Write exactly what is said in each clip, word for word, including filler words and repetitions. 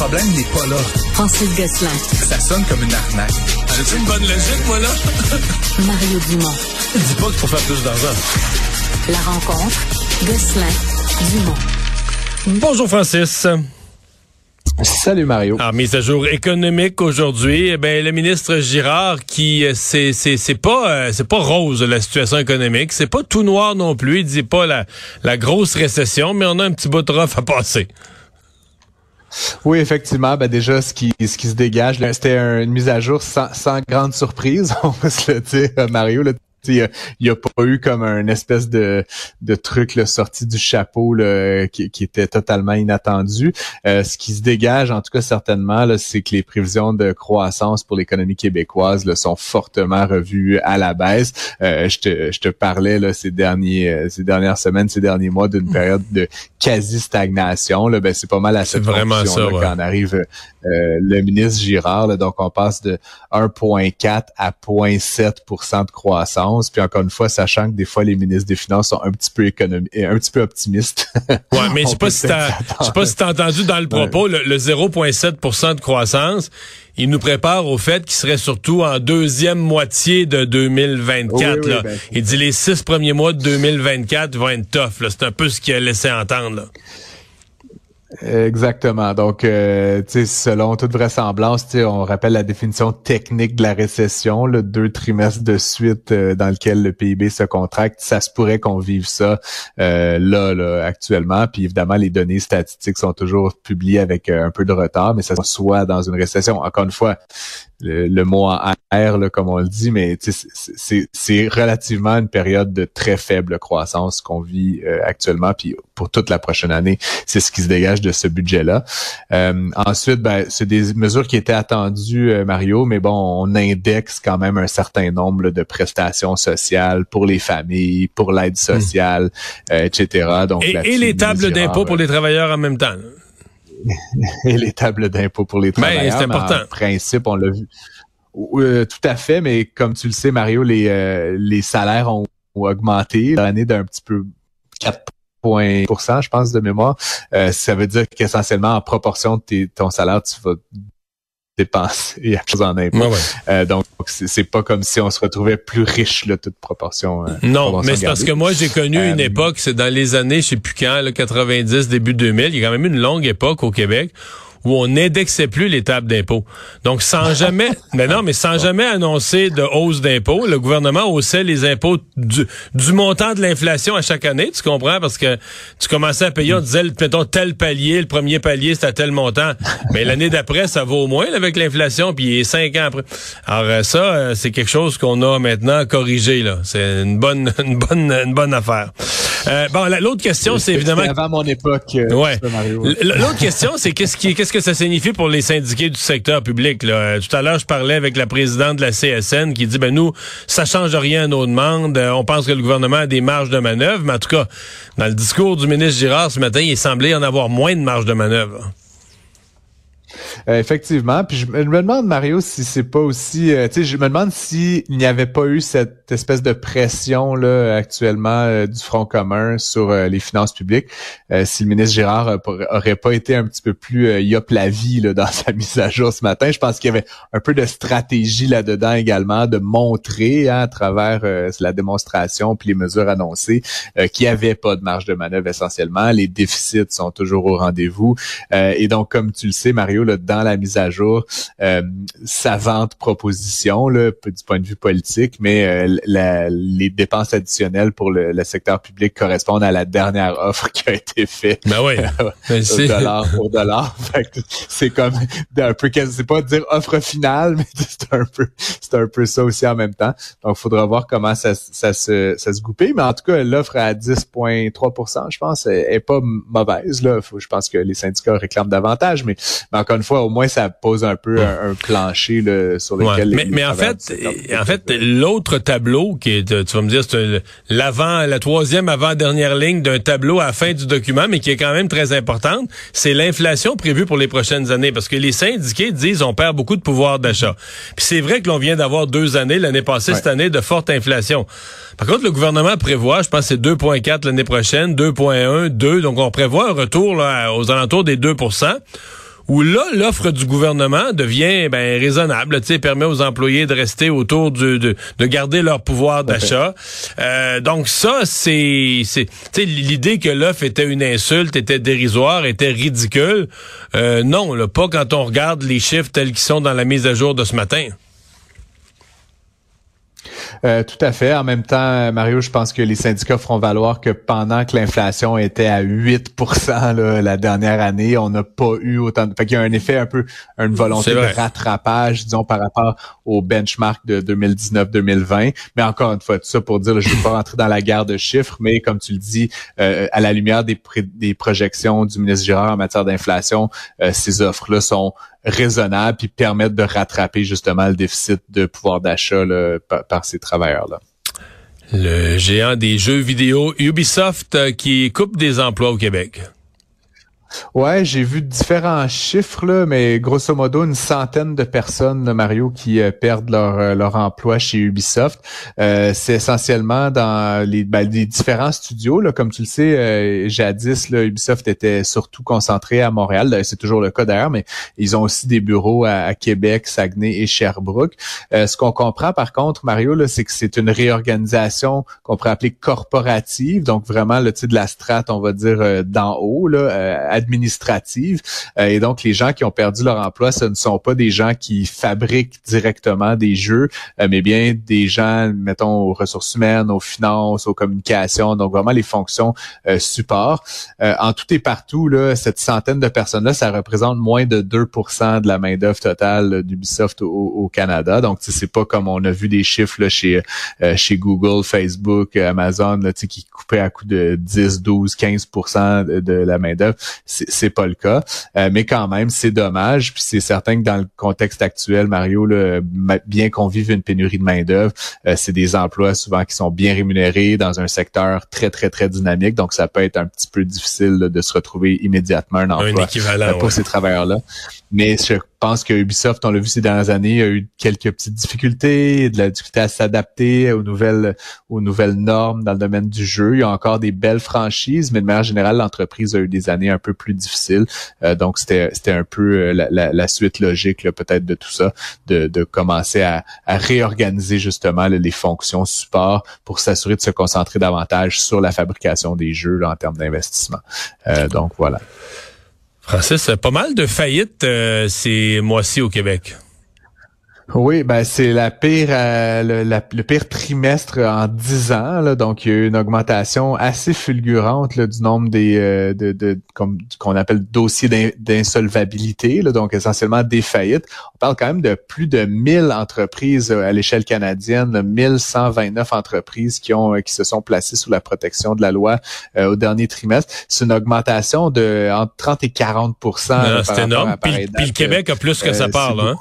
problème n'est pas là. Francis Gosselin. Ça sonne comme une arnaque. J'ai une bonne logique, moi, là? Mario Dumont. Dis pas qu'il faut faire plus d'argent. La rencontre, Gosselin-Dumont. Bonjour, Francis. Salut Mario. Alors, mise à jour économique aujourd'hui, eh ben le ministre Girard qui c'est c'est c'est pas euh, c'est pas rose la situation économique, c'est pas tout noir non plus, il dit pas la la grosse récession, mais on a un petit bout de rough à passer. Oui, effectivement, ben déjà ce qui ce qui se dégage, là, c'était un, une mise à jour sans sans grande surprise, on va se le dire, Mario là. Il n'y a, a pas eu comme un espèce de de truc là, sorti du chapeau là, qui, qui était totalement inattendu. Euh, ce qui se dégage, en tout cas certainement, là, c'est que les prévisions de croissance pour l'économie québécoise là, sont fortement revues à la baisse. Euh, je te je te parlais là, ces derniers ces dernières semaines, ces derniers mois d'une période de quasi stagnation. Là, ben c'est pas mal à cette conclusion là, ouais. Quand arrive euh, le ministre Girard. Là, donc on passe de un virgule quatre à zéro virgule sept pour cent de croissance. Puis encore une fois, sachant que des fois les ministres des Finances sont un petit peu économi- un petit peu optimistes. Ouais, mais je sais pas si t'as, je sais pas si t'as entendu dans le propos, ouais. le, le zéro virgule sept pour cent de croissance, il nous prépare au fait qu'il serait surtout en deuxième moitié de deux mille vingt-quatre. Oui, oui, là. Ben, il dit les six premiers mois de deux mille vingt-quatre vont être tough. Là. C'est un peu ce qu'il a laissé entendre. Là. Exactement. Donc, euh, tu sais, selon toute vraisemblance, tu sais, on rappelle la définition technique de la récession, là, deux trimestres de suite euh, dans lequel le P I B se contracte. Ça se pourrait qu'on vive ça euh, là, là, actuellement. Puis évidemment, les données statistiques sont toujours publiées avec euh, un peu de retard, mais ça soit dans une récession. Encore une fois, le, le mot en air, là, comme on le dit, mais c'est, c'est, c'est relativement une période de très faible croissance qu'on vit euh, actuellement. Puis pour toute la prochaine année, c'est ce qui se dégage de ce budget-là. Euh, ensuite, ben, c'est des mesures qui étaient attendues, euh, Mario, mais bon, on indexe quand même un certain nombre là, de prestations sociales pour les familles, pour l'aide sociale, mmh. euh, et cetera. Donc, et, et les tables d'impôt pour les travailleurs en même temps. Et les tables d'impôt pour les travailleurs. Ben, c'est important. En principe, on l'a vu. Euh, tout à fait, mais comme tu le sais, Mario, les euh, les salaires ont, ont augmenté l'année d'un petit peu quatre pour cent, je pense, de mémoire. Euh, ça veut dire qu'essentiellement, en proportion de tes, ton salaire, tu vas dépenser quelque chose en impôts. Ouais, ouais. Euh, donc, c'est, c'est pas comme si on se retrouvait plus riche, là, toute proportion. Euh, non, proportion mais c'est gardée. parce que moi, j'ai connu euh, une époque, c'est dans les années, je sais plus quand, là, quatre-vingt-dix, début deux mille, il y a quand même eu une longue époque au Québec où on n'indexait plus les tables d'impôts. Donc, sans jamais, mais non, mais sans jamais annoncer de hausse d'impôts, le gouvernement haussait les impôts du, du montant de l'inflation à chaque année, tu comprends? Parce que tu commençais à payer, on disait, mettons, tel palier, le premier palier, c'était à tel montant. Mais l'année d'après, ça vaut moins, là, avec l'inflation, puis cinq ans après. Alors, ça, c'est quelque chose qu'on a maintenant corrigé, là. C'est une bonne, une bonne, une bonne affaire. Euh, bon, la, l'autre question, c'est évidemment... C'était avant mon époque, euh, ouais. ça, Mario. L'autre question, c'est qu'est-ce qui, qu'est-ce que ça signifie pour les syndiqués du secteur public, là? Tout à l'heure, je parlais avec la présidente de la C S N qui dit, ben nous, ça change rien à nos demandes. On pense que le gouvernement a des marges de manœuvre, mais en tout cas, dans le discours du ministre Girard ce matin, il semblait en avoir moins de marge de manœuvre. Euh, effectivement. Puis je me demande, Mario, si c'est pas aussi... Euh, tu sais, je me demande s'il n'y avait pas eu cette espèce de pression là actuellement euh, du Front commun sur euh, les finances publiques, euh, si le ministre Girard euh, aurait pas été un petit peu plus euh, yop la vie là, dans sa mise à jour ce matin. Je pense qu'il y avait un peu de stratégie là-dedans également, de montrer hein, à travers euh, la démonstration puis les mesures annoncées euh, qu'il n'y avait pas de marge de manœuvre essentiellement. Les déficits sont toujours au rendez-vous. Euh, et donc, comme tu le sais, Mario, là, dans la mise à jour, euh, savante proposition là, du point de vue politique, mais euh, la, les dépenses additionnelles pour le, le secteur public correspondent à la dernière offre qui a été faite. Ben oui. Au dollar pour dollar. Fait que c'est comme un peu, c'est pas dire offre finale, mais c'est un peu, c'est un peu ça aussi en même temps. Donc, il faudra voir comment ça, ça se, ça se goupille. Mais en tout cas, l'offre à dix virgule trois pour cent, je pense, est, est pas mauvaise. Là, Faut, je pense que les syndicats réclament davantage, mais, mais encore une fois, au moins, ça pose un peu un, un plancher là, sur lequel... Ouais, mais les, mais en fait, en fait, l'autre tableau qui est, tu vas me dire, c'est un, l'avant, la troisième avant-dernière ligne d'un tableau à la fin du document, mais qui est quand même très importante, c'est l'inflation prévue pour les prochaines années, parce que les syndiqués disent on perd beaucoup de pouvoir d'achat. Puis c'est vrai que l'on vient d'avoir deux années, l'année passée, ouais. cette année, de forte inflation. Par contre, le gouvernement prévoit, je pense que c'est deux virgule quatre l'année prochaine, deux virgule un, deux, donc on prévoit un retour là, aux alentours des deux pour cent. où là, l'offre du gouvernement devient ben raisonnable, tu sais, permet aux employés de rester autour du, de, de garder leur pouvoir d'achat. Euh, donc ça, c'est, c'est, tu sais, l'idée que l'offre était une insulte, était dérisoire, était ridicule. Euh, non, là, pas quand on regarde les chiffres tels qu'ils sont dans la mise à jour de ce matin. Euh, tout à fait. En même temps, Mario, je pense que les syndicats feront valoir que pendant que l'inflation était à huit pour cent là, la dernière année, on n'a pas eu autant de... Fait qu'il y a un effet un peu, une volonté de rattrapage, disons, par rapport au benchmark de deux mille dix-neuf deux mille vingt. Mais encore une fois, tout ça pour dire, là, je ne vais pas rentrer dans la guerre de chiffres, mais comme tu le dis, euh, à la lumière des, pré- des projections du ministre Girard en matière d'inflation, euh, ces offres-là sont raisonnables puis permettent de rattraper justement le déficit de pouvoir d'achat là, par, par ces travailleurs-là. Le géant des jeux vidéo Ubisoft euh, qui coupe des emplois au Québec. Ouais, j'ai vu différents chiffres, là, mais grosso modo, une centaine de personnes, là, Mario, qui euh, perdent leur, euh, leur emploi chez Ubisoft. Euh, c'est essentiellement dans les, ben, les différents studios. Là, comme tu le sais, euh, jadis, là, Ubisoft était surtout concentré à Montréal. C'est toujours le cas d'ailleurs, mais ils ont aussi des bureaux à, à Québec, Saguenay et Sherbrooke. Euh, ce qu'on comprend, par contre, Mario, là, c'est que c'est une réorganisation qu'on pourrait appeler corporative, donc vraiment le titre de la strate, on va dire, euh, d'en haut, là, euh, administrative. Euh, et donc, les gens qui ont perdu leur emploi, ce ne sont pas des gens qui fabriquent directement des jeux, euh, mais bien des gens, mettons, aux ressources humaines, aux finances, aux communications, donc vraiment les fonctions euh, support. Euh, en tout et partout, là, cette centaine de personnes-là, ça représente moins de deux pour cent de la main-d'œuvre totale d'Ubisoft au, au Canada. Donc, c'est pas comme on a vu des chiffres là, chez euh, chez Google, Facebook, Amazon, là, qui coupaient à coup de dix, douze, quinze pour cent de, de la main-d'œuvre. C'est, c'est pas le cas, euh, mais quand même, c'est dommage. Puis c'est certain que dans le contexte actuel, Mario, là, bien qu'on vive une pénurie de main-d'œuvre, euh, c'est des emplois souvent qui sont bien rémunérés dans un secteur très, très, très dynamique. Donc, ça peut être un petit peu difficile là, de se retrouver immédiatement un emploi un équivalent, euh, pour ouais. ces travailleurs-là. Mais je pense que Ubisoft, on l'a vu ces dernières années, a eu quelques petites difficultés, de la difficulté à s'adapter aux nouvelles aux nouvelles normes dans le domaine du jeu. Il y a encore des belles franchises, mais de manière générale, l'entreprise a eu des années un peu plus difficiles. Euh, donc, c'était c'était un peu la, la, la suite logique là, peut-être de tout ça, de, de commencer à, à réorganiser justement là, les fonctions support pour s'assurer de se concentrer davantage sur la fabrication des jeux là, en termes d'investissement. Euh, donc, voilà. Francis, pas mal de faillites euh, ces mois-ci au Québec. Oui, ben c'est la pire, euh, le, la, le pire trimestre en dix ans. Là, donc, il y a eu une augmentation assez fulgurante là, du nombre des euh, de, de comme qu'on appelle dossiers d'in, d'insolvabilité. Là, donc, essentiellement des faillites. On parle quand même de plus de mille entreprises euh, à l'échelle canadienne, là, mille cent vingt-neuf entreprises qui ont euh, qui se sont placées sous la protection de la loi euh, au dernier trimestre. C'est une augmentation de entre trente et quarante pour cent. Non, là, c'est énorme. Puis, puis le Québec a plus que euh, ça parle, hein.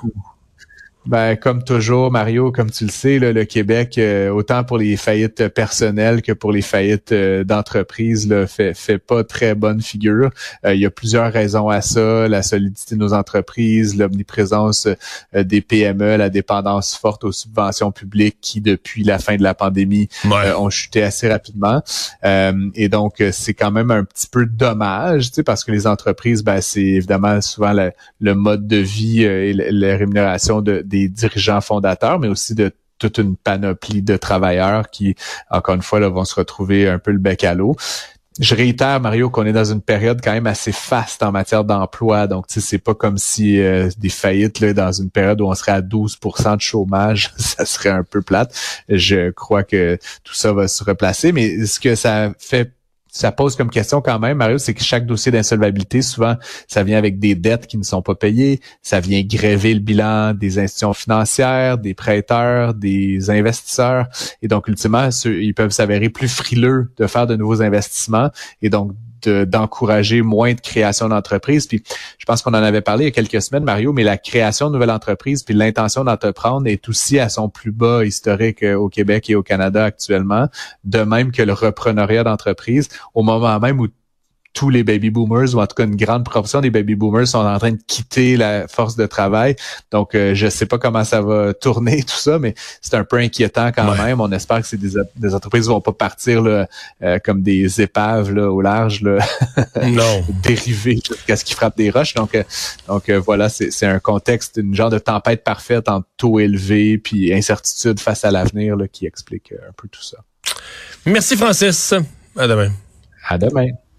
Ben, comme toujours, Mario, comme tu le sais, là, le Québec, euh, autant pour les faillites personnelles que pour les faillites euh, d'entreprises, là, fait, fait pas très bonne figure. Euh, il y a plusieurs raisons à ça. La solidité de nos entreprises, l'omniprésence euh, des P M E, la dépendance forte aux subventions publiques qui, depuis la fin de la pandémie, ouais. euh, ont chuté assez rapidement. Euh, et donc, c'est quand même un petit peu dommage, tu sais, parce que les entreprises, ben, c'est évidemment souvent la, le mode de vie euh, et la, la rémunération de des dirigeants fondateurs, mais aussi de toute une panoplie de travailleurs qui, encore une fois, là, vont se retrouver un peu le bec à l'eau. Je réitère, Mario, qu'on est dans une période quand même assez faste en matière d'emploi. Donc, tu sais, c'est pas comme si euh, des faillites là, dans une période où on serait à douze pour cent de chômage, ça serait un peu plate. Je crois que tout ça va se replacer. Mais ce que ça fait ça pose comme question quand même, Mario, c'est que chaque dossier d'insolvabilité, souvent, ça vient avec des dettes qui ne sont pas payées, ça vient gréver le bilan des institutions financières, des prêteurs, des investisseurs, et donc, ultimement, ceux, ils peuvent s'avérer plus frileux de faire de nouveaux investissements, et donc, De, d'encourager moins de création d'entreprises. Puis je pense qu'on en avait parlé il y a quelques semaines, Mario, mais la création de nouvelles entreprises puis l'intention d'entreprendre est aussi à son plus bas historique au Québec et au Canada actuellement, de même que le repreneuriat d'entreprise, au moment même où tous les baby boomers, ou en tout cas une grande proportion des baby boomers sont en train de quitter la force de travail. Donc, euh, je sais pas comment ça va tourner tout ça, mais c'est un peu inquiétant quand ouais. même. On espère que c'est des, des entreprises qui vont pas partir là, euh, comme des épaves là, au large, là, non, dérivées jusqu'à ce qui frappe des roches. Donc, euh, donc euh, voilà, c'est, c'est un contexte, une genre de tempête parfaite entre taux élevés puis incertitude face à l'avenir là, qui explique un peu tout ça. Merci Francis. À demain. À demain.